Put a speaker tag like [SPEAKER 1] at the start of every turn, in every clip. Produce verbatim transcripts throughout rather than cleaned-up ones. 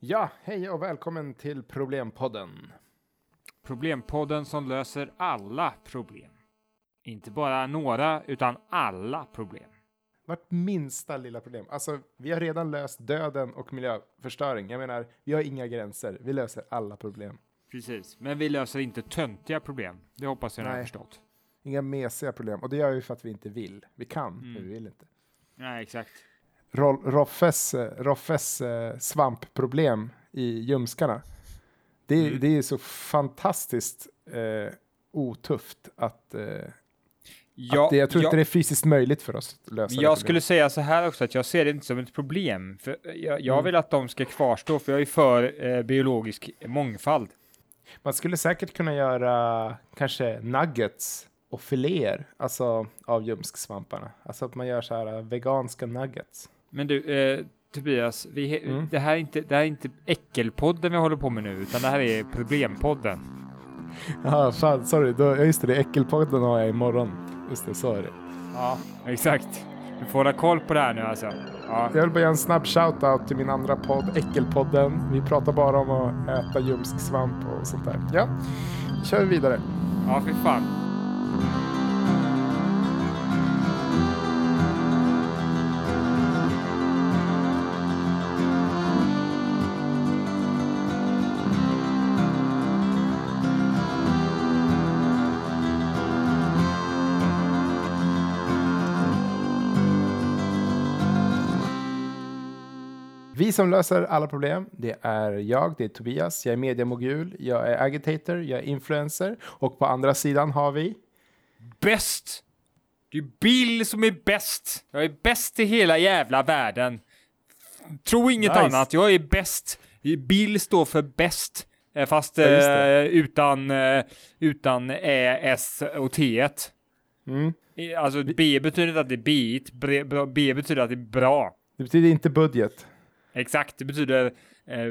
[SPEAKER 1] Ja, hej och välkommen till Problempodden.
[SPEAKER 2] Problempodden som löser alla problem. Inte bara några, utan alla problem.
[SPEAKER 1] Vart minsta lilla problem. Alltså, vi har redan löst döden och miljöförstöring. Jag menar, vi har inga gränser. Vi löser alla problem.
[SPEAKER 2] Precis, men vi löser inte töntiga problem. Det hoppas jag ni har förstått.
[SPEAKER 1] Inga mesiga problem. Och det gör vi för att vi inte vill. Vi kan, mm. men vi vill inte.
[SPEAKER 2] Nej, exakt.
[SPEAKER 1] Roffes, Roffes eh, svampproblem i ljumskarna. Det, mm. det är så fantastiskt eh, otufft att, eh,
[SPEAKER 2] ja,
[SPEAKER 1] att det, jag tror
[SPEAKER 2] ja,
[SPEAKER 1] inte det är fysiskt möjligt för oss att lösa det.
[SPEAKER 2] Jag skulle säga så här också, att jag ser det inte som ett problem. För jag, jag mm. vill att de ska kvarstå, för jag är för eh, biologisk mångfald.
[SPEAKER 1] Man skulle säkert kunna göra kanske nuggets och filéer, alltså av ljumsksvamparna. Alltså att man gör så här veganska nuggets.
[SPEAKER 2] Men du, eh, Tobias, vi, mm. det, här är inte, det här är inte äckelpodden vi håller på med nu, utan det här är problempodden.
[SPEAKER 1] Ja, fan, sorry. Då, just det, det äckelpodden har jag imorgon. Just det, så är det.
[SPEAKER 2] Ja, exakt. Du får hålla koll på det här nu alltså. Ja.
[SPEAKER 1] Jag vill bara göra en snabb shoutout till min andra podd, Äckelpodden. Vi pratar bara om att äta ljumsksvamp och sånt där. Ja, kör vi vidare.
[SPEAKER 2] Ja, fy fan.
[SPEAKER 1] Vi som löser alla problem, det är jag, det är Tobias, jag är mediamogul, jag är agitator, jag är influencer och på andra sidan har vi...
[SPEAKER 2] Bäst! Det är Bill som är bäst! Jag är bäst i hela jävla världen. Tro inget nice. annat, jag är bäst. Bill står för bäst, fast ja, eh, utan, eh, utan Ä, S och T.
[SPEAKER 1] Mm.
[SPEAKER 2] Alltså B betyder att det är bit, B betyder att det är bra.
[SPEAKER 1] Det betyder inte budget.
[SPEAKER 2] Exakt, det betyder eh,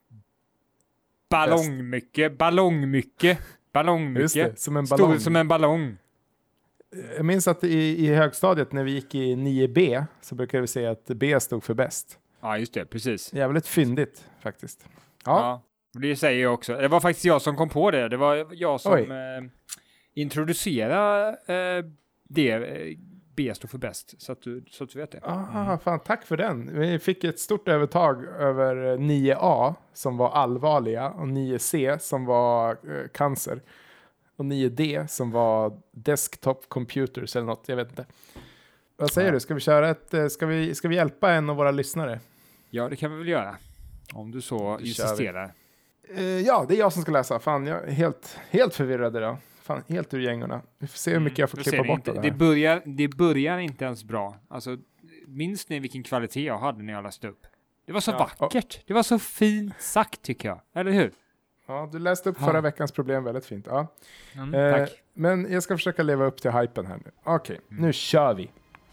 [SPEAKER 2] ballongmycket, ballongmycket, ballongmycket. Just det,
[SPEAKER 1] som en ballong.
[SPEAKER 2] Stor som en ballong.
[SPEAKER 1] Jag minns att i, i högstadiet när vi gick i nio B så brukade vi säga att B stod för bäst.
[SPEAKER 2] Ja, just det, precis.
[SPEAKER 1] Jävligt fyndigt faktiskt. Ja,
[SPEAKER 2] ja det säger jag också. Det var faktiskt jag som kom på det. Det var jag som eh, introducerade eh, det. Eh, B står för bäst, så att du, så att du vet det.
[SPEAKER 1] Ah, mm. Fan, tack för den. Vi fick ett stort övertag över nio A som var allvarliga och nio C som var eh, cancer och nio D som var desktop computers eller något, jag vet inte. Vad säger ja. du? Ska vi köra ett, ska vi, ska vi hjälpa en av våra lyssnare?
[SPEAKER 2] Ja, det kan vi väl göra. Om du så det insisterar.
[SPEAKER 1] Uh, ja, det är jag som ska läsa. Fan, jag är helt, helt förvirrad idag. Fan, helt ur gängorna. Vi får se hur mycket jag får klippa bort
[SPEAKER 2] inte,
[SPEAKER 1] det här.
[SPEAKER 2] Det börjar, det börjar inte ens bra. Alltså, minns ni vilken kvalitet jag hade när jag läste upp? Det var så ja. vackert. Det var så fint sagt, tycker jag. Eller hur?
[SPEAKER 1] Ja, du läste upp ja. förra veckans problem väldigt fint. Ja.
[SPEAKER 2] Mm,
[SPEAKER 1] eh,
[SPEAKER 2] tack.
[SPEAKER 1] Men jag ska försöka leva upp till hypen här nu. Okej, okay, mm. nu kör vi.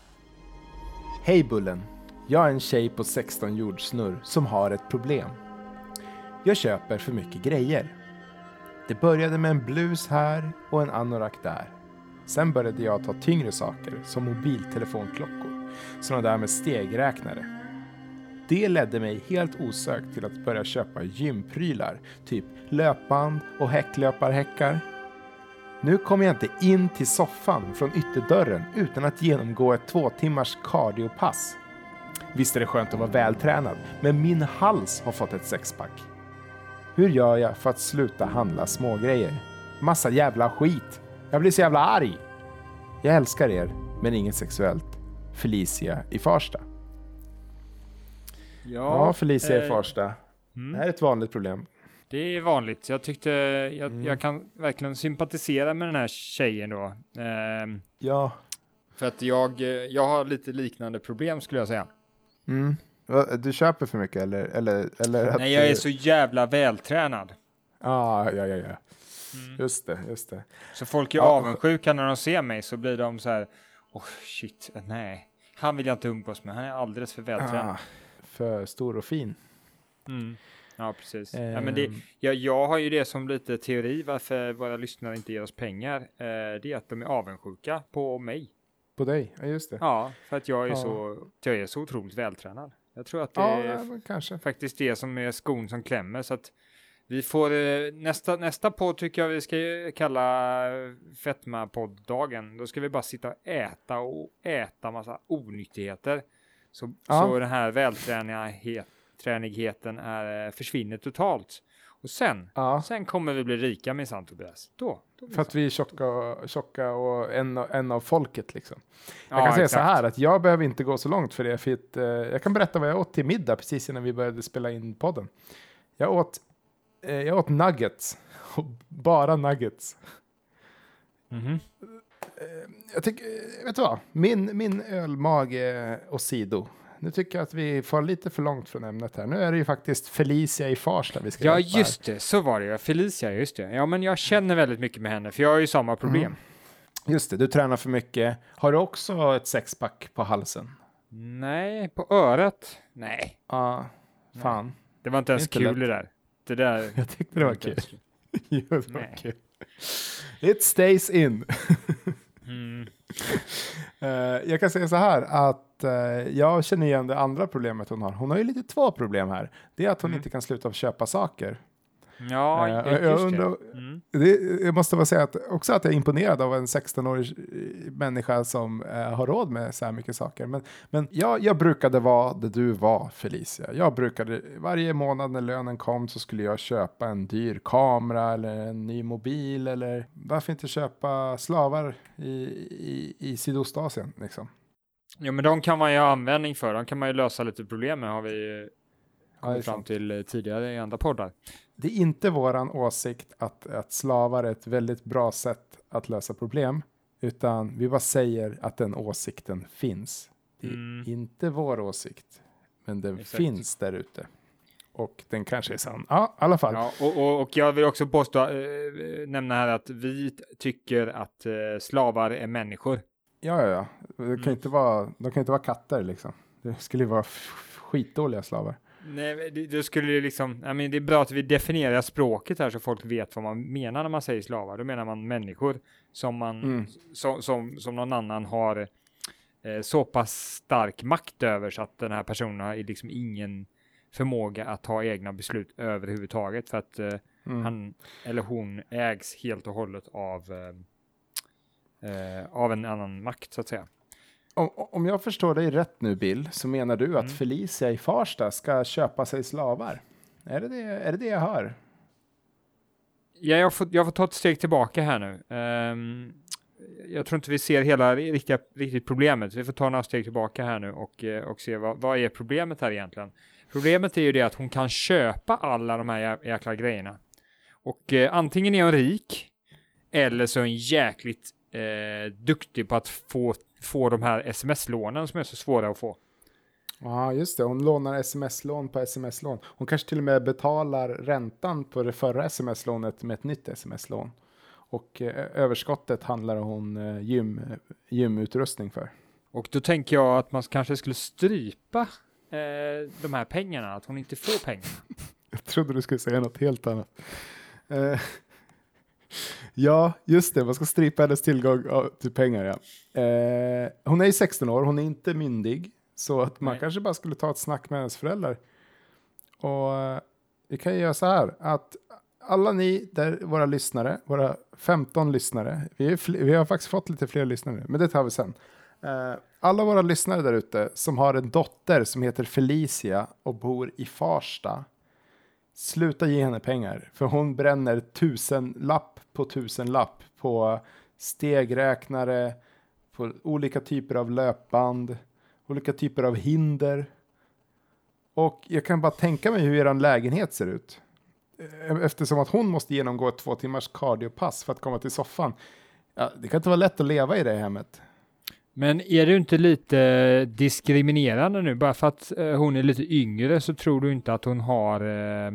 [SPEAKER 1] Hej Bullen. Jag är en tjej på sexton jordsnurr som har ett problem. Jag köper för mycket grejer. Det började med en blus här och en anorak där. Sen började jag ta tyngre saker som mobiltelefonklockor, sådana där med stegräknare. Det ledde mig helt osökt till att börja köpa gymprylar, typ löpband och häcklöparhäckar. Nu kommer jag inte in till soffan från ytterdörren utan att genomgå ett två timmars cardiopass. Visst är det skönt att vara vältränad, men min hals har fått ett sexpack. Hur gör jag för att sluta handla smågrejer? Massa jävla skit. Jag blir så jävla arg. Jag älskar er, men inget sexuellt. Felicia i Farsta.
[SPEAKER 2] Ja,
[SPEAKER 1] ja Felicia eh, i Farsta.
[SPEAKER 2] Mm.
[SPEAKER 1] Det här är ett vanligt problem.
[SPEAKER 2] Det är vanligt. Jag tyckte, jag,
[SPEAKER 1] mm.
[SPEAKER 2] jag kan verkligen sympatisera med den här tjejen då. Eh,
[SPEAKER 1] ja.
[SPEAKER 2] För att jag, jag har lite liknande problem, skulle jag säga.
[SPEAKER 1] Mm. Du köper för mycket eller? eller, eller
[SPEAKER 2] Nej, jag är så jävla vältränad.
[SPEAKER 1] Ah, ja, ja, ja.
[SPEAKER 2] Mm.
[SPEAKER 1] Just det, just det.
[SPEAKER 2] Så folk är
[SPEAKER 1] ja.
[SPEAKER 2] avundsjuka när de ser mig, så blir de så här, åh oh, shit, nej. Han vill jag inte umgås med, han är alldeles för vältränad. Ah,
[SPEAKER 1] för stor och fin.
[SPEAKER 2] Mm. Ja, precis.
[SPEAKER 1] Um.
[SPEAKER 2] Ja, men det, jag, jag har ju det som lite teori varför våra lyssnare inte ger oss pengar. Eh, det är att de är avundsjuka på mig.
[SPEAKER 1] På dig, ja just det.
[SPEAKER 2] Ja, för att jag är,
[SPEAKER 1] ja.
[SPEAKER 2] så, jag är så otroligt vältränad. Jag tror att det
[SPEAKER 1] Ja,
[SPEAKER 2] är
[SPEAKER 1] men kanske.
[SPEAKER 2] faktiskt det som är skon som klämmer. Så att vi får eh, nästa, nästa podd tycker jag vi ska kalla fetma-podd-dagen. Då ska vi bara sitta och äta och äta massa onyttigheter. Så,
[SPEAKER 1] Ja.
[SPEAKER 2] så den här vältränigheten är, försvinner totalt. Och sen,
[SPEAKER 1] Ja.
[SPEAKER 2] sen kommer vi bli rika med sant Tobias. Då, då
[SPEAKER 1] För att vi är tjocka, tjocka och en, en av folket liksom. Jag
[SPEAKER 2] Ja,
[SPEAKER 1] kan säga
[SPEAKER 2] exakt.
[SPEAKER 1] så här att jag behöver inte gå så långt för det. För att, eh, jag kan berätta vad jag åt till middag precis innan vi började spela in podden. Jag åt, eh, jag åt nuggets. Bara nuggets.
[SPEAKER 2] Mhm.
[SPEAKER 1] Jag tycker, vet du vad? Min, min ölmage åsido. Nu tycker jag att vi får lite för långt från ämnet här. Nu är det ju faktiskt Felicia i Farsta vi ska
[SPEAKER 2] Ja,
[SPEAKER 1] hjälpa
[SPEAKER 2] just det. Så var det ju. Felicia, just det. Ja, men jag känner väldigt mycket med henne. För jag har ju samma problem.
[SPEAKER 1] Mm. Just det, du tränar för mycket. Har du också ett sexpack på halsen?
[SPEAKER 2] Nej, på örat? Nej.
[SPEAKER 1] Ja, fan.
[SPEAKER 2] Det var inte ens
[SPEAKER 1] Inte
[SPEAKER 2] kul
[SPEAKER 1] lätt.
[SPEAKER 2] det där. Det där.
[SPEAKER 1] Jag tyckte det var
[SPEAKER 2] inte
[SPEAKER 1] kul.
[SPEAKER 2] ens kul.
[SPEAKER 1] Jo, det var
[SPEAKER 2] Nej.
[SPEAKER 1] kul. It stays in.
[SPEAKER 2] Mm.
[SPEAKER 1] Eh, jag kan säga så här att eh, jag känner igen det andra problemet hon har. Hon har ju lite två problem här. Det är att hon
[SPEAKER 2] Mm.
[SPEAKER 1] inte kan sluta köpa saker.
[SPEAKER 2] Ja,
[SPEAKER 1] Eh,
[SPEAKER 2] just
[SPEAKER 1] jag
[SPEAKER 2] det.
[SPEAKER 1] undrar-
[SPEAKER 2] Mm.
[SPEAKER 1] Det, jag måste bara säga att, också att jag är imponerad av en sexton-årig eh, människa som eh, har råd med så här mycket saker. Men, men jag, jag brukade vara det du var, Felicia. Jag brukade, varje månad när lönen kom så skulle jag köpa en dyr kamera eller en ny mobil. Eller varför inte köpa slavar i, i, i Sydostasien liksom?
[SPEAKER 2] Jo, men de kan man ju ha användning för. De kan man ju lösa lite problem med, har vi ju
[SPEAKER 1] Ja, det är
[SPEAKER 2] kommit fram
[SPEAKER 1] sant.
[SPEAKER 2] till eh, tidigare i andra poddar.
[SPEAKER 1] Det är inte våran åsikt att, att slavar är ett väldigt bra sätt att lösa problem. Utan vi bara säger att den åsikten finns. Det är
[SPEAKER 2] Mm.
[SPEAKER 1] inte vår åsikt. Men den
[SPEAKER 2] Exakt.
[SPEAKER 1] finns där ute. Och den kanske är sann. Ja, i alla fall.
[SPEAKER 2] Ja, och, och, och jag vill också påstå, äh, nämna här att vi t- tycker att äh, slavar är människor.
[SPEAKER 1] Ja, ja, ja. Det kan
[SPEAKER 2] Mm.
[SPEAKER 1] inte vara, de kan inte vara katter liksom. Det skulle ju vara f- skitdåliga slavar.
[SPEAKER 2] Nej, men det, det skulle ju liksom, jag menar, det är bra att vi definierar språket här så folk vet vad man menar när man säger slavar. Då menar man människor som man,
[SPEAKER 1] Mm.
[SPEAKER 2] som, som, som någon annan har eh, så pass stark makt över så att den här personen har liksom ingen förmåga att ta egna beslut överhuvudtaget för att eh,
[SPEAKER 1] Mm.
[SPEAKER 2] han eller hon ägs helt och hållet av eh, eh, av en annan makt så att säga.
[SPEAKER 1] Om, om jag förstår dig rätt nu, Bill, så menar du att
[SPEAKER 2] Mm.
[SPEAKER 1] Felicia i Farsta ska köpa sig slavar? Är det det, är det, det jag hör?
[SPEAKER 2] Ja, jag får, jag får ta ett steg tillbaka här nu. Ehm, jag tror inte vi ser hela riktiga, riktigt problemet. Vi får ta några steg tillbaka här nu och, eh, och se vad, vad är problemet här egentligen. Problemet är ju det att hon kan köpa alla de här jä- jäkla grejerna. Och eh, antingen är hon rik eller så är hon jäkligt eh, duktig på att få, få de här sms-lånen som är så svåra att få.
[SPEAKER 1] Ja, just det. Hon lånar sms-lån på sms-lån. Hon kanske till och med betalar räntan på det förra sms-lånet med ett nytt sms-lån. Och eh, överskottet handlar hon eh, gym, gymutrustning för.
[SPEAKER 2] Och då tänker jag att man kanske skulle strypa eh, de här pengarna, att hon inte får pengarna.
[SPEAKER 1] Jag trodde du skulle säga något helt annat. Eh, ja, just det. Man ska strypa hennes tillgång ja, till pengar. Ja. Eh, hon är ju sexton år. Hon är inte myndig. Så att man
[SPEAKER 2] Nej.
[SPEAKER 1] kanske bara skulle ta ett snack med hennes föräldrar. Och eh, vi kan ju göra så här. Att alla ni, där, våra lyssnare, våra femton lyssnare. Vi, är fl- vi har faktiskt fått lite fler lyssnare. Men det tar vi sen. Eh, alla våra lyssnare där ute som har en dotter som heter Felicia och bor i Farsta. Sluta ge henne pengar. För hon bränner tusen lapp på tusen lapp på stegräknare, på olika typer av löpband, olika typer av hinder. Och jag kan bara tänka mig hur er lägenhet ser ut. Eftersom att hon måste genomgå ett två timmars kardiopass för att komma till soffan. Ja, det kan inte vara lätt att leva i det hemmet.
[SPEAKER 2] Men är du inte lite diskriminerande nu? Bara för att eh, hon är lite yngre så tror du inte att hon har eh,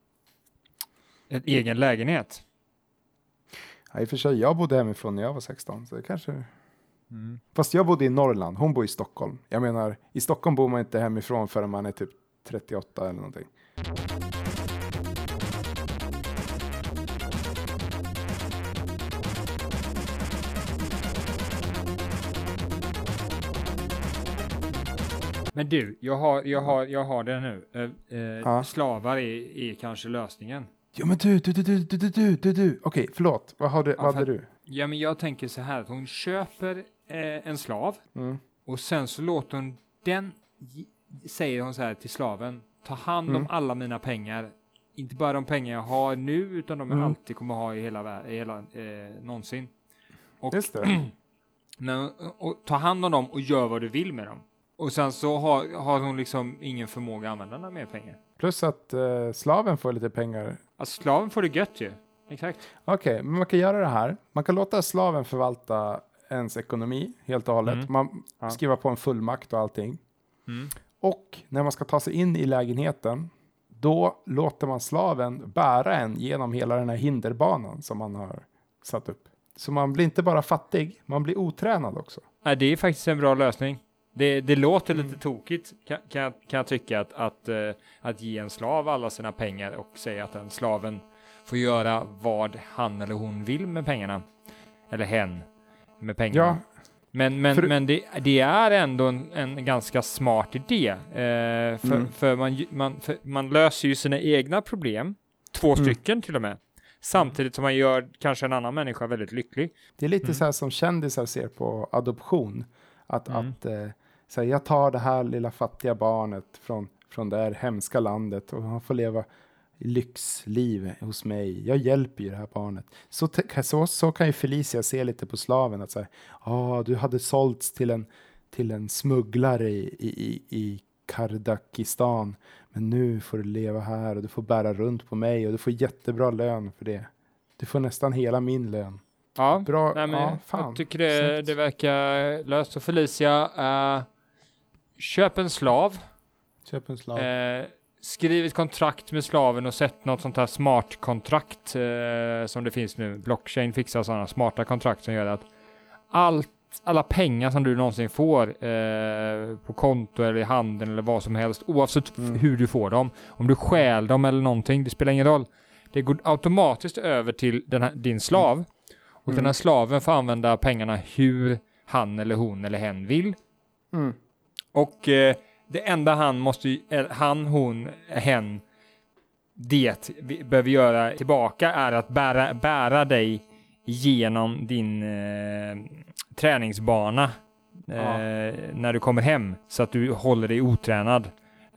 [SPEAKER 2] en egen lägenhet?
[SPEAKER 1] Ja, i och för sig, jag bodde hemifrån när jag var sexton. Så det kanske...
[SPEAKER 2] Mm.
[SPEAKER 1] Fast jag bodde i Norrland, hon bor i Stockholm. Jag menar, i Stockholm bor man inte hemifrån förrän man är typ trettioåtta eller någonting.
[SPEAKER 2] Men du, jag har, jag har, jag har det nu. Eh, eh,
[SPEAKER 1] Ja.
[SPEAKER 2] Slavar är, är kanske lösningen.
[SPEAKER 1] Ja men du, du, du, du, du, du, du, du. Okej, förlåt. Vad, har du,
[SPEAKER 2] Ja,
[SPEAKER 1] vad hade
[SPEAKER 2] för-
[SPEAKER 1] du?
[SPEAKER 2] Ja, men jag tänker så här att hon köper eh, en slav
[SPEAKER 1] Mm.
[SPEAKER 2] och sen så låter hon den, säger hon så här till slaven, ta hand om
[SPEAKER 1] Mm.
[SPEAKER 2] alla mina pengar. Inte bara de pengar jag har nu, utan de jag
[SPEAKER 1] Mm.
[SPEAKER 2] alltid kommer ha i hela världen, i hela, eh, någonsin. Och,
[SPEAKER 1] Just det.
[SPEAKER 2] när, och ta hand om dem och gör vad du vill med dem. Och sen så har, har hon liksom ingen förmåga att använda några mer pengar.
[SPEAKER 1] Plus att eh, slaven får lite pengar.
[SPEAKER 2] Alltså slaven får det gött ju. Exakt.
[SPEAKER 1] Okej, men man kan göra det här. Man kan låta slaven förvalta ens ekonomi helt och hållet.
[SPEAKER 2] Mm.
[SPEAKER 1] Man
[SPEAKER 2] Ja.
[SPEAKER 1] skriver på en fullmakt och allting.
[SPEAKER 2] Mm.
[SPEAKER 1] Och när man ska ta sig in i lägenheten, då låter man slaven bära en genom hela den här hinderbanan som man har satt upp. Så man blir inte bara fattig, man blir otränad också.
[SPEAKER 2] Nej, det är faktiskt en bra lösning. Det, det låter lite tokigt kan, kan, jag- kan jag tycka att, att, eh, att ge en slav alla sina pengar och säga att den slaven får göra vad han eller hon vill med pengarna. Eller hen med pengarna.
[SPEAKER 1] Ja,
[SPEAKER 2] Men, men,
[SPEAKER 1] För-
[SPEAKER 2] men det, det är ändå en, en ganska smart idé. Eh, för,
[SPEAKER 1] Mm.
[SPEAKER 2] för, man, ju- man, för man löser ju sina egna problem, två
[SPEAKER 1] Mm.
[SPEAKER 2] stycken till och med, samtidigt som man gör kanske en annan människa väldigt lycklig.
[SPEAKER 1] det är lite
[SPEAKER 2] Mm.
[SPEAKER 1] så här som kändisar ser på adoption. Att,
[SPEAKER 2] Mm.
[SPEAKER 1] att eh, så här, jag tar det här lilla fattiga barnet från, från det här hemska landet och han får leva lyxliv hos mig. Jag hjälper ju det här barnet. Så, te- så, så kan ju Felicia se lite på slaven. Att säga, ah, du hade sålts till en, till en smugglare i, i, i, i Kardakistan. Men nu får du leva här och du får bära runt på mig och du får jättebra lön för det. Du får nästan hela min lön.
[SPEAKER 2] Ja,
[SPEAKER 1] Bra.
[SPEAKER 2] nej, men
[SPEAKER 1] Ja, fan.
[SPEAKER 2] jag tycker det,
[SPEAKER 1] Snyggt.
[SPEAKER 2] det verkar löst. Och Felicia, eh, köp en slav.
[SPEAKER 1] Köp en slav.
[SPEAKER 2] Eh, skriv ett kontrakt med slaven och sätt något sånt här smart kontrakt eh, som det finns nu. Blockchain fixar sådana smarta kontrakt som gör att allt, alla pengar som du någonsin får eh, på konto eller i handen eller vad som helst, oavsett
[SPEAKER 1] Mm.
[SPEAKER 2] hur du får dem, om du stjäl dem eller någonting, det spelar ingen roll. Det går automatiskt över till den här, din slav och
[SPEAKER 1] Mm.
[SPEAKER 2] den här slaven får använda pengarna hur han eller hon eller hen vill.
[SPEAKER 1] Mm.
[SPEAKER 2] Och eh, det enda han måste, ju- eh, han, hon, hen, det vi behöver göra tillbaka är att bära, bära dig genom din eh, träningsbana eh,
[SPEAKER 1] Ja.
[SPEAKER 2] när du kommer hem så att du håller dig otränad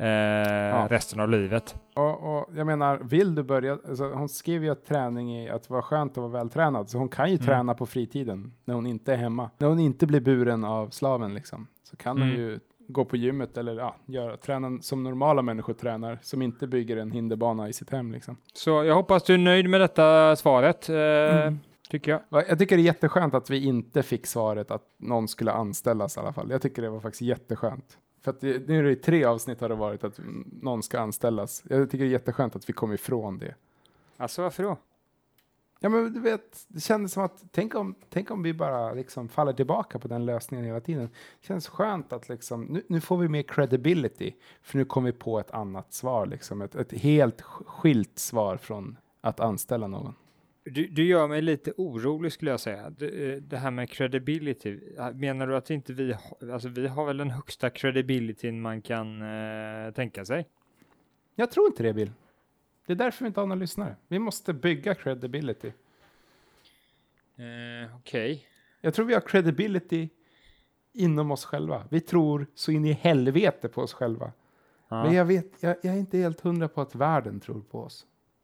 [SPEAKER 2] eh, resten av livet.
[SPEAKER 1] Och, och jag menar, vill du börja, alltså, hon skriver ju att träning är att vara skönt och vara vältränad, så hon kan ju
[SPEAKER 2] Mm.
[SPEAKER 1] träna på fritiden när hon inte är hemma. När hon inte blir buren av slaven liksom, så kan hon
[SPEAKER 2] Mm.
[SPEAKER 1] ju gå på gymmet eller ja, göra, träna som normala människor tränar, som inte bygger en hinderbana i sitt hem liksom.
[SPEAKER 2] Så jag hoppas du är nöjd med detta svaret, eh,
[SPEAKER 1] Mm.
[SPEAKER 2] tycker jag.
[SPEAKER 1] Va- Jag tycker det är jätteskönt att vi inte fick svaret att någon skulle anställas i alla fall. Jag tycker det var faktiskt jätteskönt. För att det, nu är det i tre avsnitt har det varit att mm, någon ska anställas. Jag tycker det är jätteskönt att vi kom ifrån det.
[SPEAKER 2] Alltså varför då?
[SPEAKER 1] Ja men du vet, det kändes som att, tänk om, tänk om vi bara liksom faller tillbaka på den lösningen hela tiden. Det känns skönt att liksom, nu, nu får vi mer credibility. För nu kommer vi på ett annat svar liksom. Ett, ett helt sk- skilt svar från att anställa någon.
[SPEAKER 2] Du, du gör mig lite orolig skulle jag säga. Det, det här med credibility. Menar du att inte vi har, alltså vi har väl den högsta credibilityn man kan eh, tänka sig?
[SPEAKER 1] Jag tror inte det, Bill. Det är därför vi inte har några lyssnare. Vi måste bygga credibility.
[SPEAKER 2] Eh, Okej.
[SPEAKER 1] Jag tror vi har credibility inom oss själva. Vi tror så in i helvete på oss själva.
[SPEAKER 2] Ja.
[SPEAKER 1] Men jag vet, jag, jag är inte helt hundra på att världen tror på oss.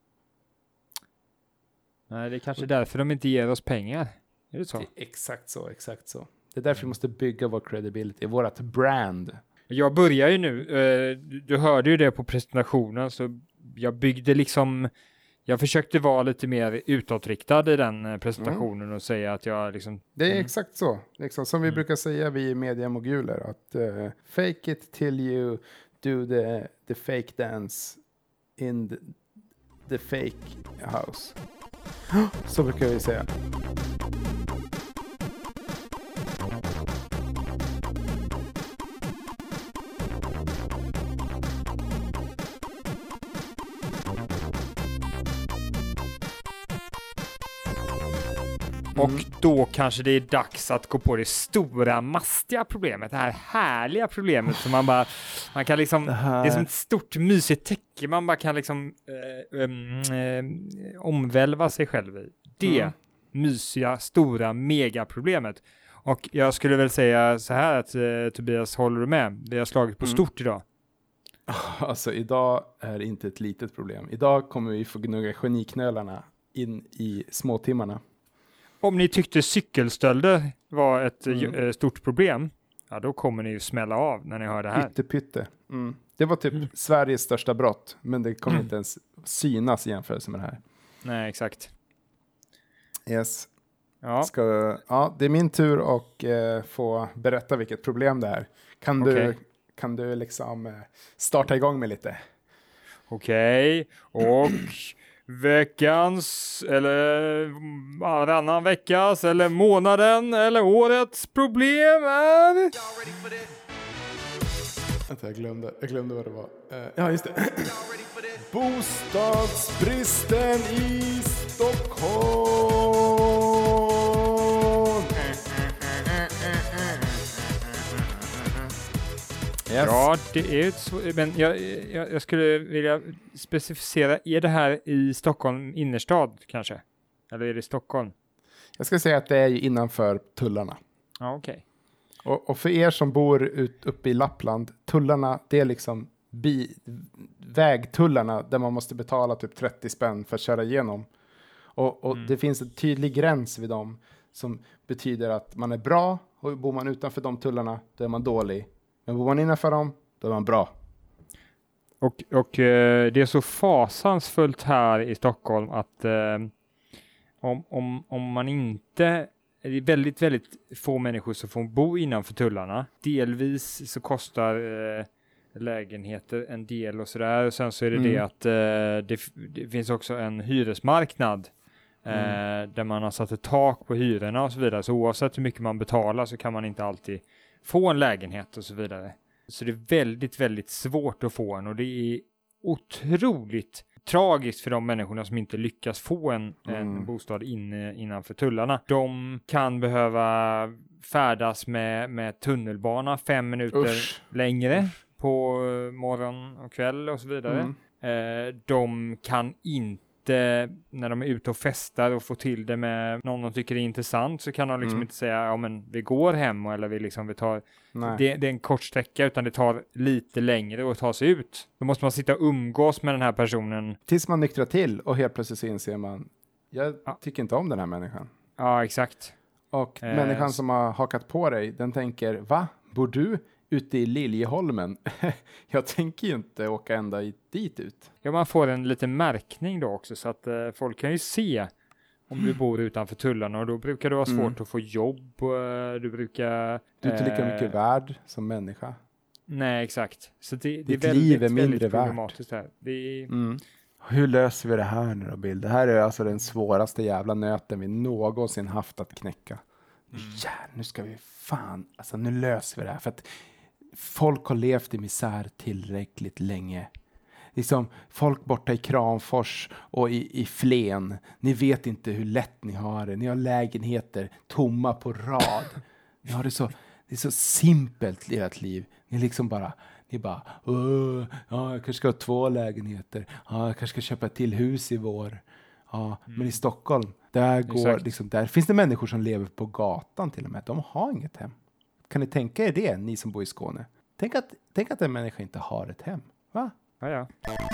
[SPEAKER 2] Nej, det är kanske därför de inte ger oss pengar. Är det så?
[SPEAKER 1] Det är exakt så, exakt så. Det är därför vi måste bygga vår credibility, vårat brand.
[SPEAKER 2] Jag börjar ju nu, eh, du, du hörde ju det på presentationen, så jag byggde liksom, jag försökte vara lite mer utåtriktad i den eh, presentationen och säga att jag liksom...
[SPEAKER 1] Det är
[SPEAKER 2] Mm.
[SPEAKER 1] exakt så. Liksom, som vi
[SPEAKER 2] Mm.
[SPEAKER 1] brukar säga, vi i mediamoguler, att uh, fake it till you do the, the fake dance in the, the fake house. Så brukar vi säga.
[SPEAKER 2] Och då kanske det är dags att gå på det stora, mastiga problemet. Det här härliga problemet som man bara, man kan liksom, det, här... det är som ett stort mysigt täcke man bara kan liksom eh, um, eh, omvälva sig själv i. Det mm. mysiga, stora, megaproblemet. Och jag skulle väl säga så här att eh, Tobias, håller du med? Vi har slagit på mm. stort idag.
[SPEAKER 1] Alltså idag är inte ett litet problem. Idag kommer vi få gnugga geniknölarna in i småtimmarna.
[SPEAKER 2] Om ni tyckte cykelstölder var ett mm. stort problem, ja då kommer ni ju smälla av när ni hör det här.
[SPEAKER 1] Pytte pytte. Mm. Det var typ mm. Sveriges största brott, men det kommer mm. inte ens synas i jämförelse med det här.
[SPEAKER 2] Nej, exakt.
[SPEAKER 1] Yes. Ja. Ska, ja, det är min tur att eh, få berätta vilket problem det är. Kan okay. du, kan du liksom eh, starta igång med lite?
[SPEAKER 2] Okej, okay. Och veckans eller varannan veckas eller månaden eller årets problem är...
[SPEAKER 1] Vänta, jag glömde, jag glömde vad det var. Uh, ja, just det. Bostadsbristen i Stockholm.
[SPEAKER 2] Yes. Ja, det är så, men jag, jag, jag skulle vilja specificera, är det här i Stockholm innerstad kanske? Eller är det Stockholm?
[SPEAKER 1] Jag ska säga att det är ju innanför tullarna.
[SPEAKER 2] Ja, okej. Okay.
[SPEAKER 1] Och, och för er som bor ut, uppe i Lappland, tullarna, det är liksom bi, vägtullarna där man måste betala typ trettio spänn för att köra igenom. Och, och mm. det finns en tydlig gräns vid dem som betyder att man är bra, och bor man utanför de tullarna, då är man dålig. Men bor man innanför dem, då är man bra.
[SPEAKER 2] Och, och eh, det är så fasansfullt här i Stockholm att eh, om, om, om man inte... Det är väldigt, väldigt få människor som får bo innanför tullarna. Delvis så kostar eh, lägenheter en del och sådär. Och sen så är det mm. det att eh, det, det finns också en hyresmarknad eh, mm. där man har satt ett tak på hyrorna och så vidare. Så oavsett hur mycket man betalar så kan man inte alltid få en lägenhet och så vidare. Så det är väldigt, väldigt svårt att få en, och det är otroligt tragiskt för de människorna som inte lyckas få en, mm. en bostad inne, innanför tullarna. De kan behöva färdas med, med tunnelbana fem minuter Usch. längre Usch. på morgon och kväll och så vidare. Mm. Eh, de kan inte, när de är ute och festar och får till det med någon de tycker är intressant, så kan de liksom mm. inte säga, ja men vi går hem eller vi liksom vi tar det, det är en kort sträcka, utan det tar lite längre att ta sig ut. Då måste man sitta och umgås med den här personen
[SPEAKER 1] tills man nyktrar till, och helt plötsligt så inser man, jag ja. tycker inte om den här människan.
[SPEAKER 2] Ja, exakt.
[SPEAKER 1] Och eh, människan som har hakat på dig, den tänker, va? Bor du ute i Liljeholmen? Jag tänker ju inte åka ända dit ut.
[SPEAKER 2] Ja, man får en liten märkning då också, så att eh, folk kan ju se om du bor utanför tullarna, och då brukar det vara svårt mm. att få jobb. Och, du brukar...
[SPEAKER 1] Du är inte lika mycket eh, värd som människa.
[SPEAKER 2] Nej, exakt. Så det, det är väldigt, liv är mindre väldigt problematiskt här. Det är...
[SPEAKER 1] mm. Hur löser vi det här nu då, Bill? Det här är alltså den svåraste jävla nöten vi någonsin haft att knäcka. Mm. Ja, nu ska vi fan, alltså nu löser vi det här. För att folk har levt i misär tillräckligt länge. Liksom folk borta i Kramfors och i, i Flen. Ni vet inte hur lätt ni har det. Ni har lägenheter tomma på rad. Ni har det så, det är så simpelt i ert liv. Ni liksom bara, ni bara, Åh, ja, jag kanske ska ha två lägenheter. Ja, jag kanske ska köpa ett till hus i vår. Ja, mm. Men i Stockholm, där går liksom, där finns det människor som lever på gatan till och med. De har inget hem. Kan ni tänka er det, ni som bor i Skåne? Tänk att, tänk att en människa inte har ett hem. Va?
[SPEAKER 2] Ja, ja.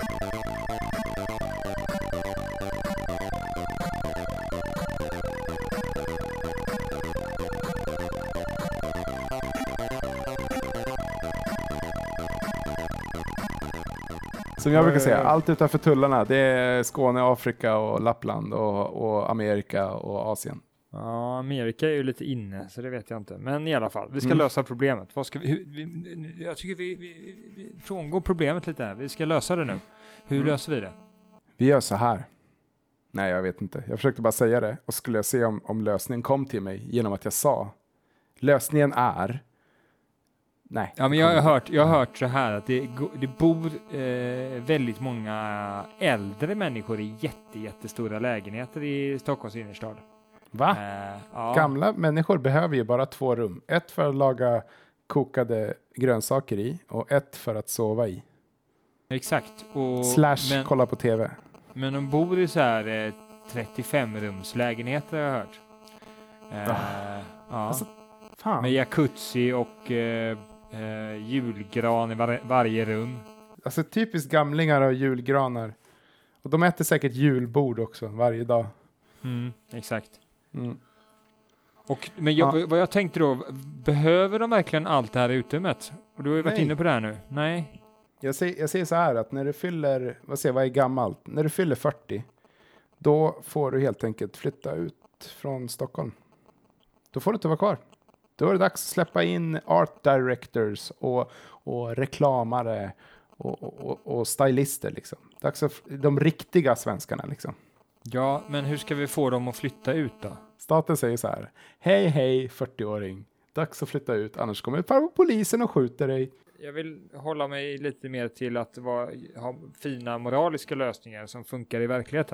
[SPEAKER 1] Som jag brukar säga, allt utanför tullarna, det är Skåne, Afrika och Lappland och, och Amerika och Asien.
[SPEAKER 2] Ja, Amerika är ju lite inne, så det vet jag inte. Men i alla fall, vi ska mm. lösa problemet. Vad ska vi, hur, vi, jag tycker vi, vi, vi frångår problemet lite här. Vi ska lösa det nu. Hur mm. löser vi det?
[SPEAKER 1] Vi gör så här. Nej, jag vet inte. Jag försökte bara säga det. Och skulle jag se om, om lösningen kom till mig genom att jag sa. Lösningen är... Nej.
[SPEAKER 2] Ja, men jag har hört, jag har hört så här att det, det bor eh, väldigt många äldre människor i jätte, jättestora lägenheter i Stockholms innerstad.
[SPEAKER 1] Va?
[SPEAKER 2] Eh, ja.
[SPEAKER 1] Gamla människor behöver ju bara två rum. Ett för att laga kokade grönsaker i och ett för att sova i.
[SPEAKER 2] Exakt. Och,
[SPEAKER 1] Slash
[SPEAKER 2] men,
[SPEAKER 1] kolla på tv.
[SPEAKER 2] Men de bor i så här eh, trettiofem-rumslägenheter har jag hört. Eh,
[SPEAKER 1] Ah.
[SPEAKER 2] ja.
[SPEAKER 1] Alltså, fan.
[SPEAKER 2] Med jacuzzi och eh, eh, julgran i var- varje rum.
[SPEAKER 1] Alltså typiskt gamlingar och julgranar. Och de äter säkert julbord också varje dag.
[SPEAKER 2] Mm, exakt.
[SPEAKER 1] Mm.
[SPEAKER 2] Och, men jag,
[SPEAKER 1] Ja.
[SPEAKER 2] vad jag tänkte då, behöver de verkligen allt det här utrymmet? Och du har ju varit
[SPEAKER 1] Nej.
[SPEAKER 2] inne på det här nu. Nej.
[SPEAKER 1] Jag säger, jag säger så här att när du fyller, vad säger vad är gammalt? När du fyller fyrtio, då får du helt enkelt flytta ut från Stockholm. Då får du inte vara kvar. Då är det dags att släppa in art directors och, och reklamare och, och, och, och stylister liksom. Dags att, de riktiga svenskarna liksom.
[SPEAKER 2] Ja, men hur ska vi få dem att flytta ut då?
[SPEAKER 1] Staten säger så här, hej hej fyrtio-åring, dags att flytta ut, annars kommer farbror polisen och skjuter dig.
[SPEAKER 2] Jag vill hålla mig lite mer till att vara, ha fina moraliska lösningar som funkar i verkligheten.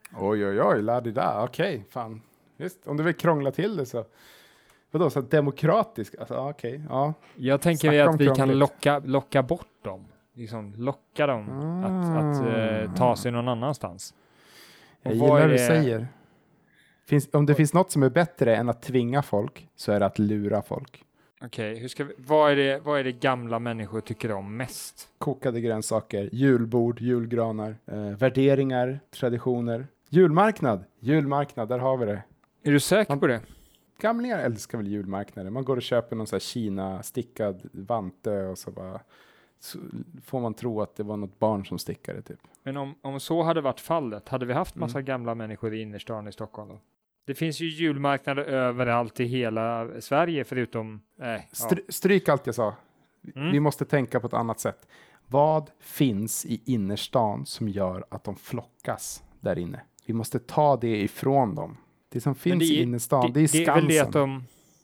[SPEAKER 1] Oj oj oj, ladida, okej, okay, fan. Visst, om du vill krångla till det så. Vadå, så demokratisk? Alltså, okej, okay, ja.
[SPEAKER 2] Jag tänker
[SPEAKER 1] Snacka
[SPEAKER 2] att
[SPEAKER 1] om
[SPEAKER 2] vi kan
[SPEAKER 1] krångligt.
[SPEAKER 2] locka, locka bort dem. Liksom locka dem
[SPEAKER 1] Ah.
[SPEAKER 2] att, att eh, ta sig någon annanstans.
[SPEAKER 1] Jag
[SPEAKER 2] Och vad
[SPEAKER 1] gillar
[SPEAKER 2] är
[SPEAKER 1] det du
[SPEAKER 2] det-
[SPEAKER 1] säger. Finns, om det finns något som är bättre än att tvinga folk så är det att lura folk.
[SPEAKER 2] Okej, hur ska vi, vad, är det, vad är det gamla människor tycker om mest?
[SPEAKER 1] Kokade grönsaker, julbord, julgranar, eh, värderingar, traditioner. Julmarknad, julmarknad, där har vi det.
[SPEAKER 2] Är du säker
[SPEAKER 1] Man-
[SPEAKER 2] på det?
[SPEAKER 1] Gamlingar älskar väl julmarknader. Man går och köper någon sån här Kina-stickad vante och så bara så får man tro att det var något barn som stickade typ.
[SPEAKER 2] Men om, om så hade varit fallet, hade vi haft massa
[SPEAKER 1] Mm.
[SPEAKER 2] gamla människor i innerstan i Stockholm då? Det finns ju julmarknader överallt i hela Sverige förutom... Eh, ja.
[SPEAKER 1] Stry- stryk allt jag sa.
[SPEAKER 2] Mm.
[SPEAKER 1] Vi måste tänka på ett annat sätt. Vad finns i innerstan som gör att de flockas där inne? Vi måste ta det ifrån dem. Det som finns
[SPEAKER 2] det är-
[SPEAKER 1] i innerstan, det, är
[SPEAKER 2] det är väl det
[SPEAKER 1] Skansen.
[SPEAKER 2] att de...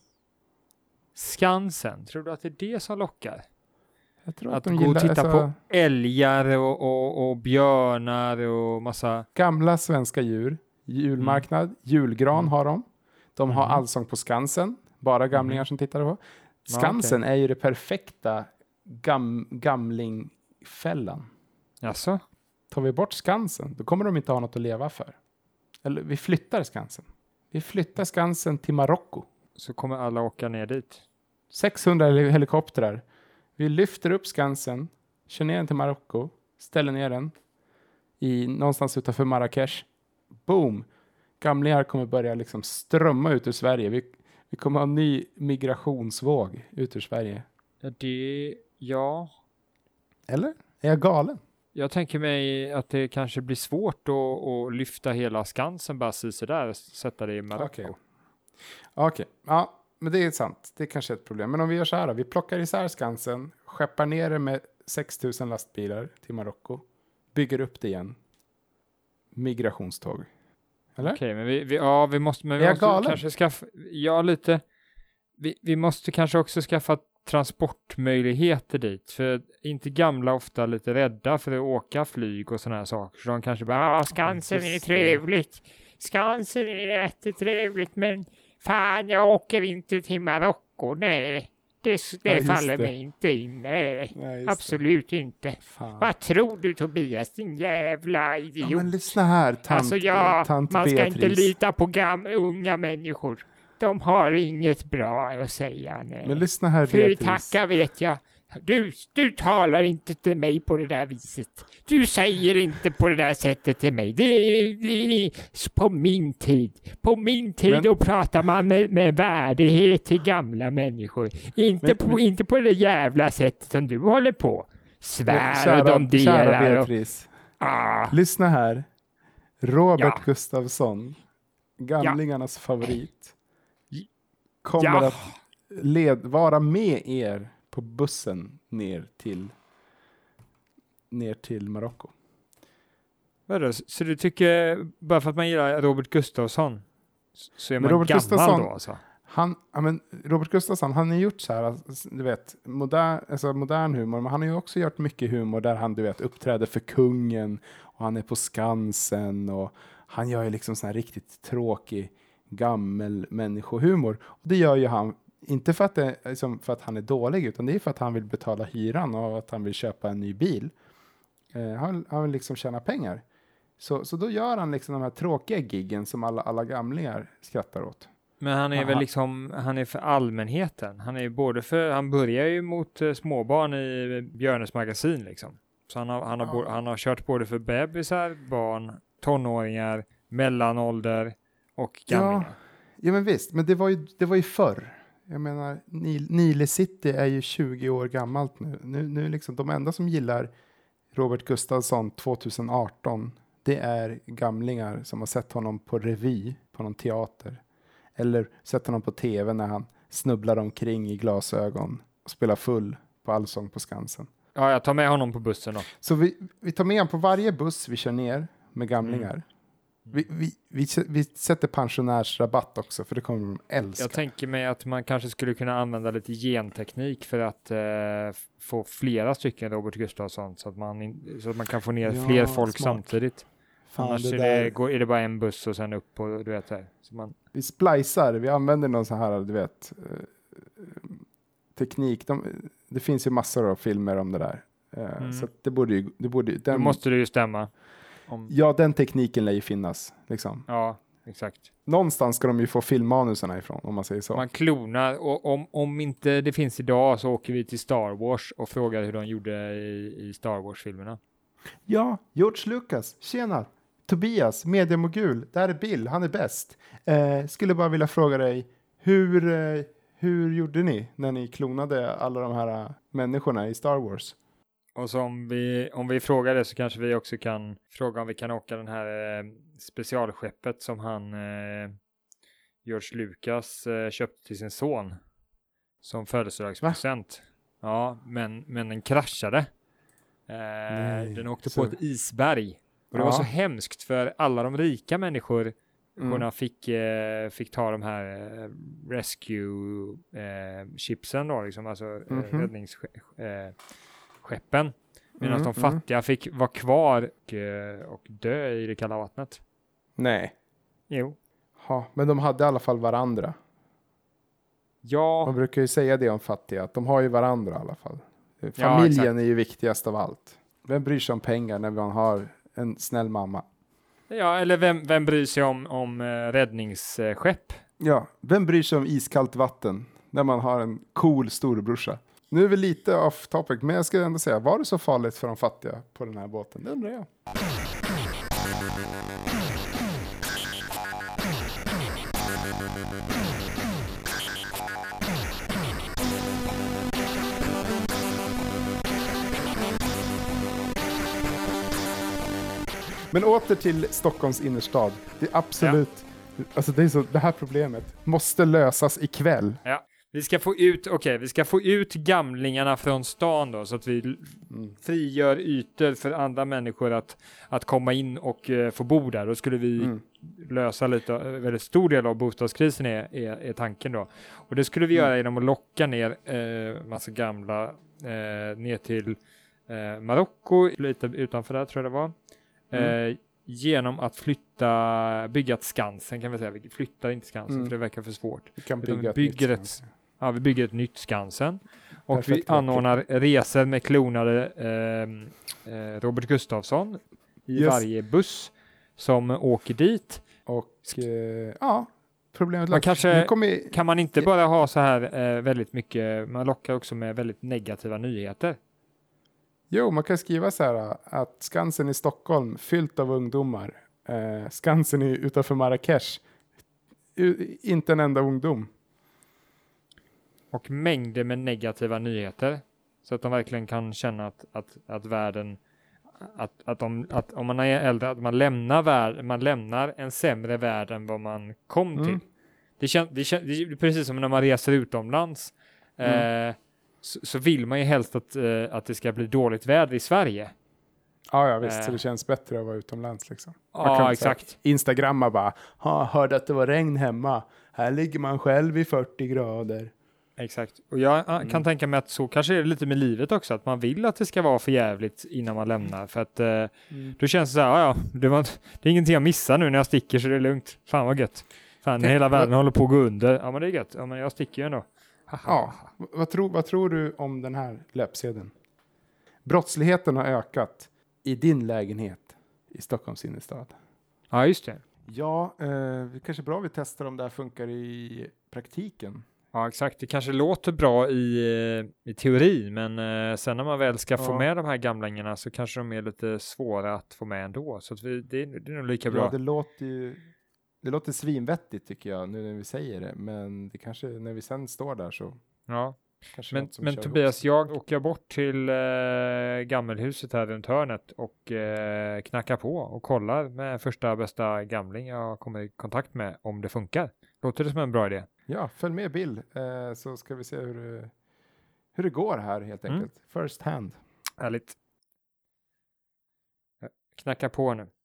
[SPEAKER 2] Skansen, tror du att det är det som lockar?
[SPEAKER 1] Jag tror
[SPEAKER 2] Att
[SPEAKER 1] de
[SPEAKER 2] gå och
[SPEAKER 1] gillar,
[SPEAKER 2] titta
[SPEAKER 1] alltså,
[SPEAKER 2] på älgar och, och, och björnar och massa...
[SPEAKER 1] gamla svenska djur. Julmarknad, julgran
[SPEAKER 2] Mm.
[SPEAKER 1] har de. De har
[SPEAKER 2] Mhm.
[SPEAKER 1] allsång på Skansen. Bara gamlingar
[SPEAKER 2] Mhm.
[SPEAKER 1] som tittar på.
[SPEAKER 2] Ja,
[SPEAKER 1] Skansen är ju det perfekta gam, gamlingfällan.
[SPEAKER 2] Jaså?
[SPEAKER 1] Tar vi bort Skansen, då kommer de inte ha något att leva för. Eller vi flyttar Skansen. Vi flyttar Skansen till Marocko.
[SPEAKER 2] Så kommer alla åka ner dit.
[SPEAKER 1] sexhundra hel- helikoptrar. Vi lyfter upp Skansen, kör ner den till Marocko, ställer ner den i någonstans utanför Marrakesh. Boom! Gamlingar kommer börja liksom strömma ut ur Sverige. Vi, vi kommer ha en ny migrationsvåg ut ur Sverige.
[SPEAKER 2] Ja, det... Ja...
[SPEAKER 1] Eller? Är jag galen?
[SPEAKER 2] Jag tänker mig att det kanske blir svårt att, att lyfta hela Skansen bara så där och sätta det i Marocko.
[SPEAKER 1] Okej. Okej, ja, men det är sant. Det är kanske är ett problem. Men om vi gör så här då. Vi plockar isär Skansen, skeppar ner det med sex tusen lastbilar till Marocko, bygger upp det igen. Migrationståg. Eller?
[SPEAKER 2] Okej, men vi, vi, ja, vi måste, men vi
[SPEAKER 1] Är jag
[SPEAKER 2] måste
[SPEAKER 1] galen?
[SPEAKER 2] kanske skaffa, ja lite, vi, vi måste kanske också skaffa transportmöjligheter dit, för inte gamla ofta lite rädda för att åka flyg och sådana här saker, så de kanske bara, ah, Skansen är
[SPEAKER 1] Just det.
[SPEAKER 2] trevligt, Skansen är jättetrevligt, men fan jag åker inte till Marocko, nej, det, det
[SPEAKER 1] Ja, just
[SPEAKER 2] faller
[SPEAKER 1] det.
[SPEAKER 2] mig inte in, nej,
[SPEAKER 1] Nej, just
[SPEAKER 2] absolut inte.
[SPEAKER 1] det. Fan.
[SPEAKER 2] Vad tror du Tobias, din jävla idiot?
[SPEAKER 1] Ja, men lyssna här, tant,
[SPEAKER 2] Alltså ja,
[SPEAKER 1] tant
[SPEAKER 2] man ska
[SPEAKER 1] Beatrice.
[SPEAKER 2] inte lita på gamla, unga människor. De har inget bra att säga. Nej.
[SPEAKER 1] Men lyssna här,
[SPEAKER 2] Fru
[SPEAKER 1] Beatrice.
[SPEAKER 2] tacka vet jag. Du, du talar inte till mig på det där viset. Du säger inte på det där sättet till mig. Det är, det är på min tid. På min tid
[SPEAKER 1] Men-
[SPEAKER 2] då pratar man med, med värdighet till gamla människor. Inte,
[SPEAKER 1] Men-
[SPEAKER 2] på,
[SPEAKER 1] men-
[SPEAKER 2] inte på det jävla sättet som du håller på. Svär
[SPEAKER 1] Kära,
[SPEAKER 2] och de
[SPEAKER 1] kära
[SPEAKER 2] delar. Och,
[SPEAKER 1] Beatrice.
[SPEAKER 2] ah.
[SPEAKER 1] Lyssna här. Robert
[SPEAKER 2] Ja.
[SPEAKER 1] Gustafsson, gamlingarnas favorit, kommer
[SPEAKER 2] Ja.
[SPEAKER 1] att led, vara med er på bussen ner till ner till Marocko.
[SPEAKER 2] Vadå, så du tycker bara för att man gillar Robert Gustafsson så är
[SPEAKER 1] Men
[SPEAKER 2] man
[SPEAKER 1] Robert
[SPEAKER 2] gammal
[SPEAKER 1] Gustafsson-
[SPEAKER 2] då alltså?
[SPEAKER 1] Han, ja, men Robert Gustafsson, han har gjort så här, alltså, du vet, modern, alltså modern humor, men han har ju också gjort mycket humor där han, du vet, uppträder för kungen och han är på Skansen och han gör ju liksom sån här riktigt tråkig gammel människohumor. Och det gör ju han, inte för att, det, liksom för att han är dålig, utan det är för att han vill betala hyran och att han vill köpa en ny bil. Eh, han, han vill liksom tjäna pengar. Så, så då gör han liksom de här tråkiga giggen som alla, alla gamlingar skrattar åt.
[SPEAKER 2] Men han är
[SPEAKER 1] Aha.
[SPEAKER 2] väl liksom, han är för allmänheten. Han är ju både för, han börjar ju mot uh, småbarn i Björnes magasin liksom. Så han har, han har,
[SPEAKER 1] Ja.
[SPEAKER 2] bo, han har kört både för bebisar, barn, tonåringar, mellanålder och gamlingar.
[SPEAKER 1] Ja, ja men visst, men det var ju, det var ju förr. Jag menar, Nile, Nile City är ju tjugo år gammalt nu. Nu, nu liksom, de enda som gillar Robert Gustafsson tjugo arton, det är gamlingar som har sett honom på revy, på någon teater. Eller sett honom på tv när han snubblar omkring i glasögon och spelar full på Allsång på Skansen.
[SPEAKER 2] Ja, jag tar med honom på bussen då.
[SPEAKER 1] Så vi, vi tar med honom på varje buss vi kör ner med gamlingar. Mm. Vi, vi, vi, vi sätter pensionärsrabatt också, för det kommer de älska.
[SPEAKER 2] Jag tänker mig att man kanske skulle kunna använda lite genteknik för att eh, få flera stycken Robert Gustafsson, så att man, in, så att man kan få ner
[SPEAKER 1] Ja,
[SPEAKER 2] fler folk
[SPEAKER 1] smart.
[SPEAKER 2] samtidigt.
[SPEAKER 1] Fan,
[SPEAKER 2] Annars
[SPEAKER 1] det
[SPEAKER 2] är,
[SPEAKER 1] där...
[SPEAKER 2] det, går, är det bara en buss och sen upp och du vet här. Så man...
[SPEAKER 1] Vi splicar, vi använder någon sån här, du vet, eh, teknik. De, det finns ju massor av filmer om det där. Eh,
[SPEAKER 2] Mm.
[SPEAKER 1] Så att det borde ju... Det borde, den,
[SPEAKER 2] Då måste det ju stämma. Om...
[SPEAKER 1] Ja, den tekniken lär ju finnas. Liksom.
[SPEAKER 2] Ja, exakt.
[SPEAKER 1] Någonstans ska de ju få filmmanuserna ifrån, om man säger så.
[SPEAKER 2] Man klonar, och om, om inte det finns idag så åker vi till Star Wars och frågar hur de gjorde i, i Star Wars-filmerna.
[SPEAKER 1] Ja, George Lucas, tjena. Tobias, mediamogul, där är Bill, han är bäst. Eh, skulle bara vilja fråga dig, hur, eh, hur gjorde ni när ni klonade alla de här uh, människorna i Star Wars?
[SPEAKER 2] Och så om vi, om vi frågar det så kanske vi också kan fråga om vi kan åka den här eh, specialskeppet som han, eh, George Lucas, eh, köpte till sin son som födelsedagspresent. Ja, men, men den kraschade. Eh,
[SPEAKER 1] Nej,
[SPEAKER 2] den åkte
[SPEAKER 1] så...
[SPEAKER 2] på ett isberg. Och det
[SPEAKER 1] Ja.
[SPEAKER 2] var så hemskt för alla de rika människor
[SPEAKER 1] Mm.
[SPEAKER 2] fick, eh, fick ta de här eh, rescue eh, chipsen då, liksom, alltså
[SPEAKER 1] Mhm.
[SPEAKER 2] eh, räddningsskeppen. Eh, Medan
[SPEAKER 1] Mm,
[SPEAKER 2] de fattiga fick vara kvar och, eh, och dö i det kalla vattnet.
[SPEAKER 1] Nej.
[SPEAKER 2] Jo.
[SPEAKER 1] Ha, men de hade i alla fall varandra.
[SPEAKER 2] Ja,
[SPEAKER 1] Man brukar ju säga det om fattiga, att de har ju varandra i alla fall. Familjen är ju viktigast av allt. Vem bryr sig om pengar när man har en snäll mamma?
[SPEAKER 2] ja eller vem, vem bryr sig om, om eh, räddningsskepp?
[SPEAKER 1] Ja, vem bryr sig om iskallt vatten när man har en cool storebrorsa? Nu är vi lite off topic, men jag ska ändå säga, var det så farligt för de fattiga på den här båten? Det undrar jag. Men åter till Stockholms innerstad. Det är absolut, ja. alltså det, är så, det här problemet måste lösas ikväll.
[SPEAKER 2] Ja. Vi ska få ut, okej, okay, vi ska få ut gamlingarna från stan då, så att vi
[SPEAKER 1] Mm.
[SPEAKER 2] frigör ytor för andra människor att, att komma in och uh, få bo där. Då skulle vi
[SPEAKER 1] Mm.
[SPEAKER 2] lösa lite, en väldigt stor del av bostadskrisen är, är, är tanken då. Och det skulle vi
[SPEAKER 1] Mm.
[SPEAKER 2] göra genom att locka ner uh, massa gamla uh, ner till uh, Marocko, lite utanför där tror jag det var.
[SPEAKER 1] Mm.
[SPEAKER 2] Uh, genom att flytta, bygga ett Skansen kan vi säga. Vi flyttar inte Skansen
[SPEAKER 1] Mm.
[SPEAKER 2] för det verkar för svårt.
[SPEAKER 1] Vi kan
[SPEAKER 2] Utan
[SPEAKER 1] bygga
[SPEAKER 2] vi bygger
[SPEAKER 1] ett,
[SPEAKER 2] ett, ja, vi bygger ett nytt Skansen. Och
[SPEAKER 1] Perfekt,
[SPEAKER 2] vi anordnar resor med klonade eh, eh, Robert Gustafsson i
[SPEAKER 1] Yes.
[SPEAKER 2] varje buss som åker dit.
[SPEAKER 1] Och eh, ja, problemet
[SPEAKER 2] Man
[SPEAKER 1] löst.
[SPEAKER 2] kanske-
[SPEAKER 1] Nu kommer,
[SPEAKER 2] Kan man inte bara ha så här eh, väldigt mycket, man lockar också med väldigt negativa nyheter.
[SPEAKER 1] jo, man kan skriva så här att Skansen i Stockholm fyllt av ungdomar. Eh, Skansen är utanför Marrakesh. U- inte en enda ungdom.
[SPEAKER 2] Och mängder med negativa nyheter. Så att de verkligen kan känna att, att, att världen, att, att, de, att om man är äldre, att man lämnar, värld, man lämnar en sämre värld än vad man kom
[SPEAKER 1] Mm.
[SPEAKER 2] till. Det, kän, det, kän, det är precis som när man reser utomlands.
[SPEAKER 1] Mm.
[SPEAKER 2] Eh, så, så vill man ju helst att, eh, att det ska bli dåligt väder i Sverige.
[SPEAKER 1] Ja, ja visst.
[SPEAKER 2] Eh.
[SPEAKER 1] Så det känns bättre att vara utomlands liksom. Man
[SPEAKER 2] Ja,
[SPEAKER 1] kan
[SPEAKER 2] exakt.
[SPEAKER 1] Instagramma bara, ha, hörde att det var regn hemma. Här ligger man själv i fyrtio grader.
[SPEAKER 2] Exakt. Och jag ah,
[SPEAKER 1] Mm.
[SPEAKER 2] kan tänka mig att så kanske är det lite med livet också. Att man vill att det ska vara för jävligt innan man lämnar. För att eh,
[SPEAKER 1] Mm.
[SPEAKER 2] då känns det så här, ja, ja det, var, det är ingenting jag missar nu när jag sticker så det är lugnt. Fan vad gött. Fan, när hela världen håller på att gå under. Ja, men det är gött. Ja, men jag sticker ju ändå.
[SPEAKER 1] Ja, vad, tror, vad tror du om den här löpsedeln? Brottsligheten har ökat i din lägenhet i Stockholms innerstad.
[SPEAKER 2] Ja, just det.
[SPEAKER 1] Ja, eh, det kanske är bra vi testar om det här funkar i praktiken.
[SPEAKER 2] Ja, exakt. Det kanske låter bra i, i teori, men eh, sen när man väl ska ja. få med de här gamlingarna så kanske de är lite svåra att få med ändå. Så att vi, det, det är nog lika bra.
[SPEAKER 1] Ja, det låter ju det låter svinvettigt tycker jag nu när vi säger det, men det kanske när vi sen står där så...
[SPEAKER 2] Ja, men, men Tobias, jag åker bort till eh, gammelhuset här runt hörnet och eh, knackar på och kollar med första bästa gamling jag kommer i kontakt med om det funkar. Låter det som en bra idé?
[SPEAKER 1] Ja, följ med Bill eh, så ska vi se hur, hur det går här helt enkelt. Mm. First hand.
[SPEAKER 2] Härligt. Knacka på nu.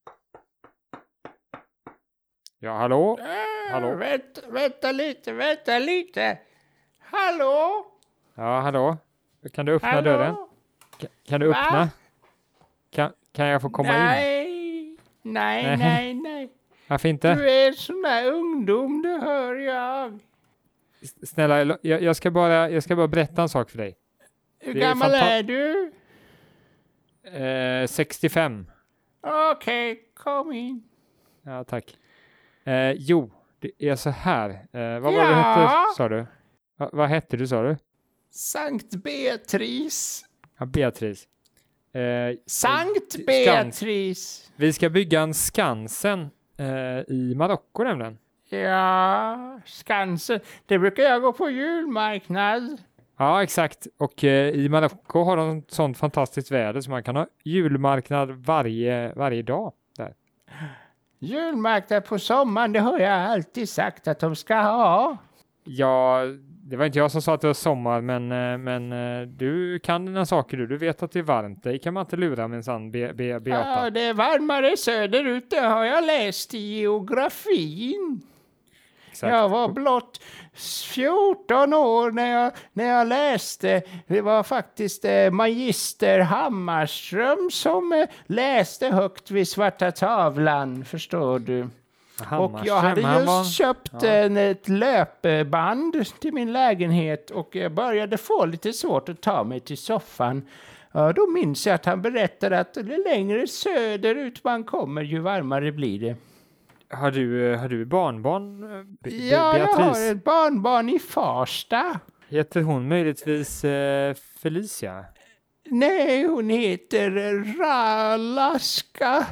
[SPEAKER 2] Ja, hallå?
[SPEAKER 1] Äh,
[SPEAKER 2] hallå?
[SPEAKER 1] Vänta, vänta lite, vänta lite. Hallå?
[SPEAKER 2] Ja, hallå? Kan du öppna
[SPEAKER 1] hallå?
[SPEAKER 2] dörren? Kan, kan du öppna? Kan, kan jag få komma
[SPEAKER 1] nej,
[SPEAKER 2] in?
[SPEAKER 1] Nej, nej, nej, nej.
[SPEAKER 2] Varför inte?
[SPEAKER 1] Du är sån där ungdom, det hör jag.
[SPEAKER 2] Snälla, jag, jag, ska bara, jag ska bara berätta en sak för dig.
[SPEAKER 1] Hur gammal är, är du?
[SPEAKER 2] Eh, sextiofem.
[SPEAKER 1] Okej, okay, kom in.
[SPEAKER 2] Ja, tack. Eh, jo, det är så här. Eh, vad
[SPEAKER 1] ja.
[SPEAKER 2] var det hette, sa du? Va, vad hette du, sa du?
[SPEAKER 1] Sankt Beatrice.
[SPEAKER 2] Ja, Beatrice. Eh,
[SPEAKER 1] Sankt eh, Beatrice.
[SPEAKER 2] Vi ska bygga en Skansen eh, i Marocko nämligen.
[SPEAKER 1] Ja, Skansen. Det brukar jag gå på julmarknad.
[SPEAKER 2] Ja, exakt. Och eh, i Marocko har de sånt fantastiskt väder så man kan ha julmarknad varje, varje dag där.
[SPEAKER 1] Julmarknad på sommaren, det har jag alltid sagt att de ska ha.
[SPEAKER 2] Ja, det var inte jag som sa att det var sommar, men, men du kan dina saker du. Du vet att det är varmt. Det kan man inte lura med en sann be, be, Beata.
[SPEAKER 1] Ja, det är varmare söderut. Det har jag läst i geografin. Exakt. Jag var blott fjorton år när jag, när jag läste. Det var faktiskt eh, magister Hammarström som eh, läste högt vid svarta tavlan, förstår du. Och jag hade just var... köpt ja. en, ett löpband till min lägenhet och jag började få lite svårt att ta mig till soffan. Ja, då minns jag att han berättade att ju längre söderut man kommer ju varmare blir det.
[SPEAKER 2] Har du, har du barnbarn, Be-
[SPEAKER 1] ja, Beatrice? Jag har ett barnbarn i Farsta.
[SPEAKER 2] Heter hon möjligtvis eh, Felicia?
[SPEAKER 1] Nej, hon heter Ralaska.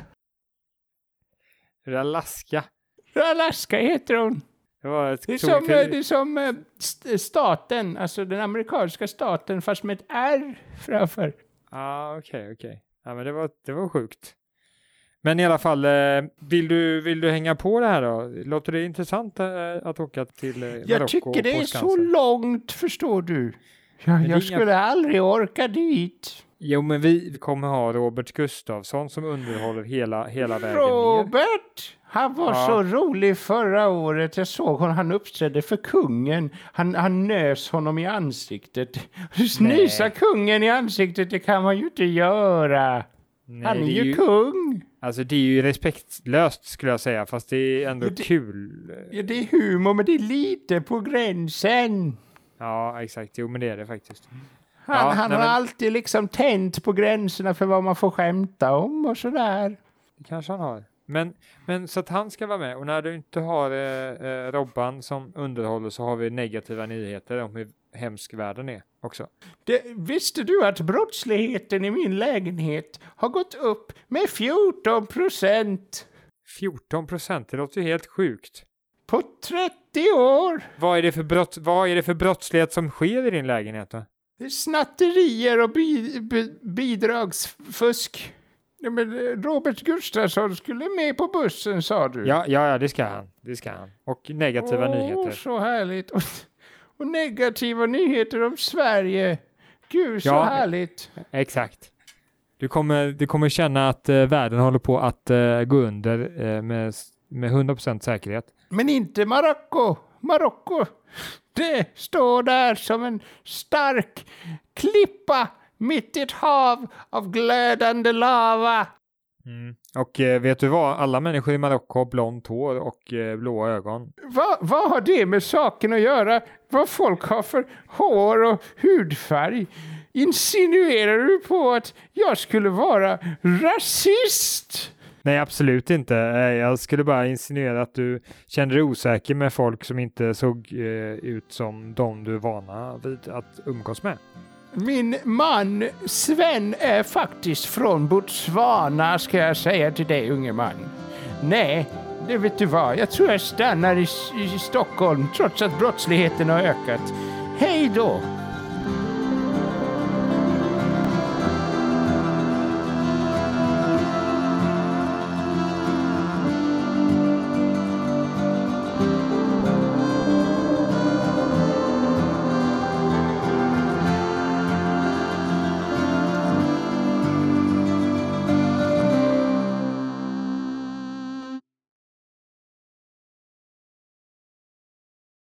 [SPEAKER 2] Ralaska?
[SPEAKER 1] Ralaska heter hon.
[SPEAKER 2] Det, var ett
[SPEAKER 1] det, är som, det är som staten, alltså den amerikanska staten, fast med ett R framför.
[SPEAKER 2] Ah, okej, okay, okej. Okay. Ja, men det var, det var sjukt. Men i alla fall, vill du, vill du hänga på det här då? Låter det intressant att åka till Marocko?
[SPEAKER 1] Jag tycker det är så långt, förstår du. Jag, jag skulle inga... aldrig orka dit.
[SPEAKER 2] Jo, men vi kommer ha Robert Gustafsson som underhåller hela, hela vägen
[SPEAKER 1] Robert?
[SPEAKER 2] ner.
[SPEAKER 1] Han var ja. så rolig förra året. Jag såg honom, han uppträdde för kungen. Han, han nös honom i ansiktet. Snysa kungen i ansiktet, det kan man ju inte göra. Nej, han är, är ju, ju kung.
[SPEAKER 2] Alltså det är ju respektlöst skulle jag säga, fast det är ändå
[SPEAKER 1] det,
[SPEAKER 2] kul.
[SPEAKER 1] Ja, det är humor, men det är lite på gränsen.
[SPEAKER 2] Ja, exakt. Jo, men det är det faktiskt.
[SPEAKER 1] Han,
[SPEAKER 2] ja,
[SPEAKER 1] han
[SPEAKER 2] nej,
[SPEAKER 1] har
[SPEAKER 2] men...
[SPEAKER 1] alltid liksom tänt på gränserna för vad man får skämta om och sådär.
[SPEAKER 2] Det kanske han har. Men, men så att han ska vara med. Och när du inte har eh, eh, Robban som underhåller så har vi negativa nyheter om hur hemsk världen är också.
[SPEAKER 1] Det, visste du att brottsligheten i min lägenhet har gått upp med fjorton procent?
[SPEAKER 2] fjorton procent? Det låter ju helt sjukt.
[SPEAKER 1] På trettio år?
[SPEAKER 2] Vad är det för, brott, vad är det för brottslighet som sker i din lägenhet då?
[SPEAKER 1] Det är snatterier och bi, bi, bidragsfusk. Ja, men Robert Gustafsson skulle med på bussen, sa du.
[SPEAKER 2] Ja, ja, ja det ska han. Det ska han. Och negativa
[SPEAKER 1] Åh,
[SPEAKER 2] nyheter.
[SPEAKER 1] Så härligt. Och, och negativa nyheter om Sverige. Gud, så
[SPEAKER 2] ja,
[SPEAKER 1] härligt.
[SPEAKER 2] Exakt. Du kommer, du kommer känna att uh, världen håller på att uh, gå under uh, med, med hundra procent säkerhet.
[SPEAKER 1] Men inte Marocko. Marocko. Det står där som en stark klippa mitt i ett hav av glödande lava.
[SPEAKER 2] Mm. Och eh, vet du vad? Alla människor i Marocko har blont hår och eh, blåa ögon.
[SPEAKER 1] Va, vad har det med saken att göra? Vad folk har för hår och hudfärg? Insinuerar du på att jag skulle vara rasist?
[SPEAKER 2] Nej, absolut inte. Jag skulle bara insinuera att du kände dig osäker med folk som inte såg eh, ut som de du är vana vid att umgås med.
[SPEAKER 1] Min man Sven är faktiskt från Botswana, ska jag säga till dig, unge man. Nej, det vet du vad. Jag tror jag stannar i, i Stockholm trots att brottsligheten har ökat. Hej då!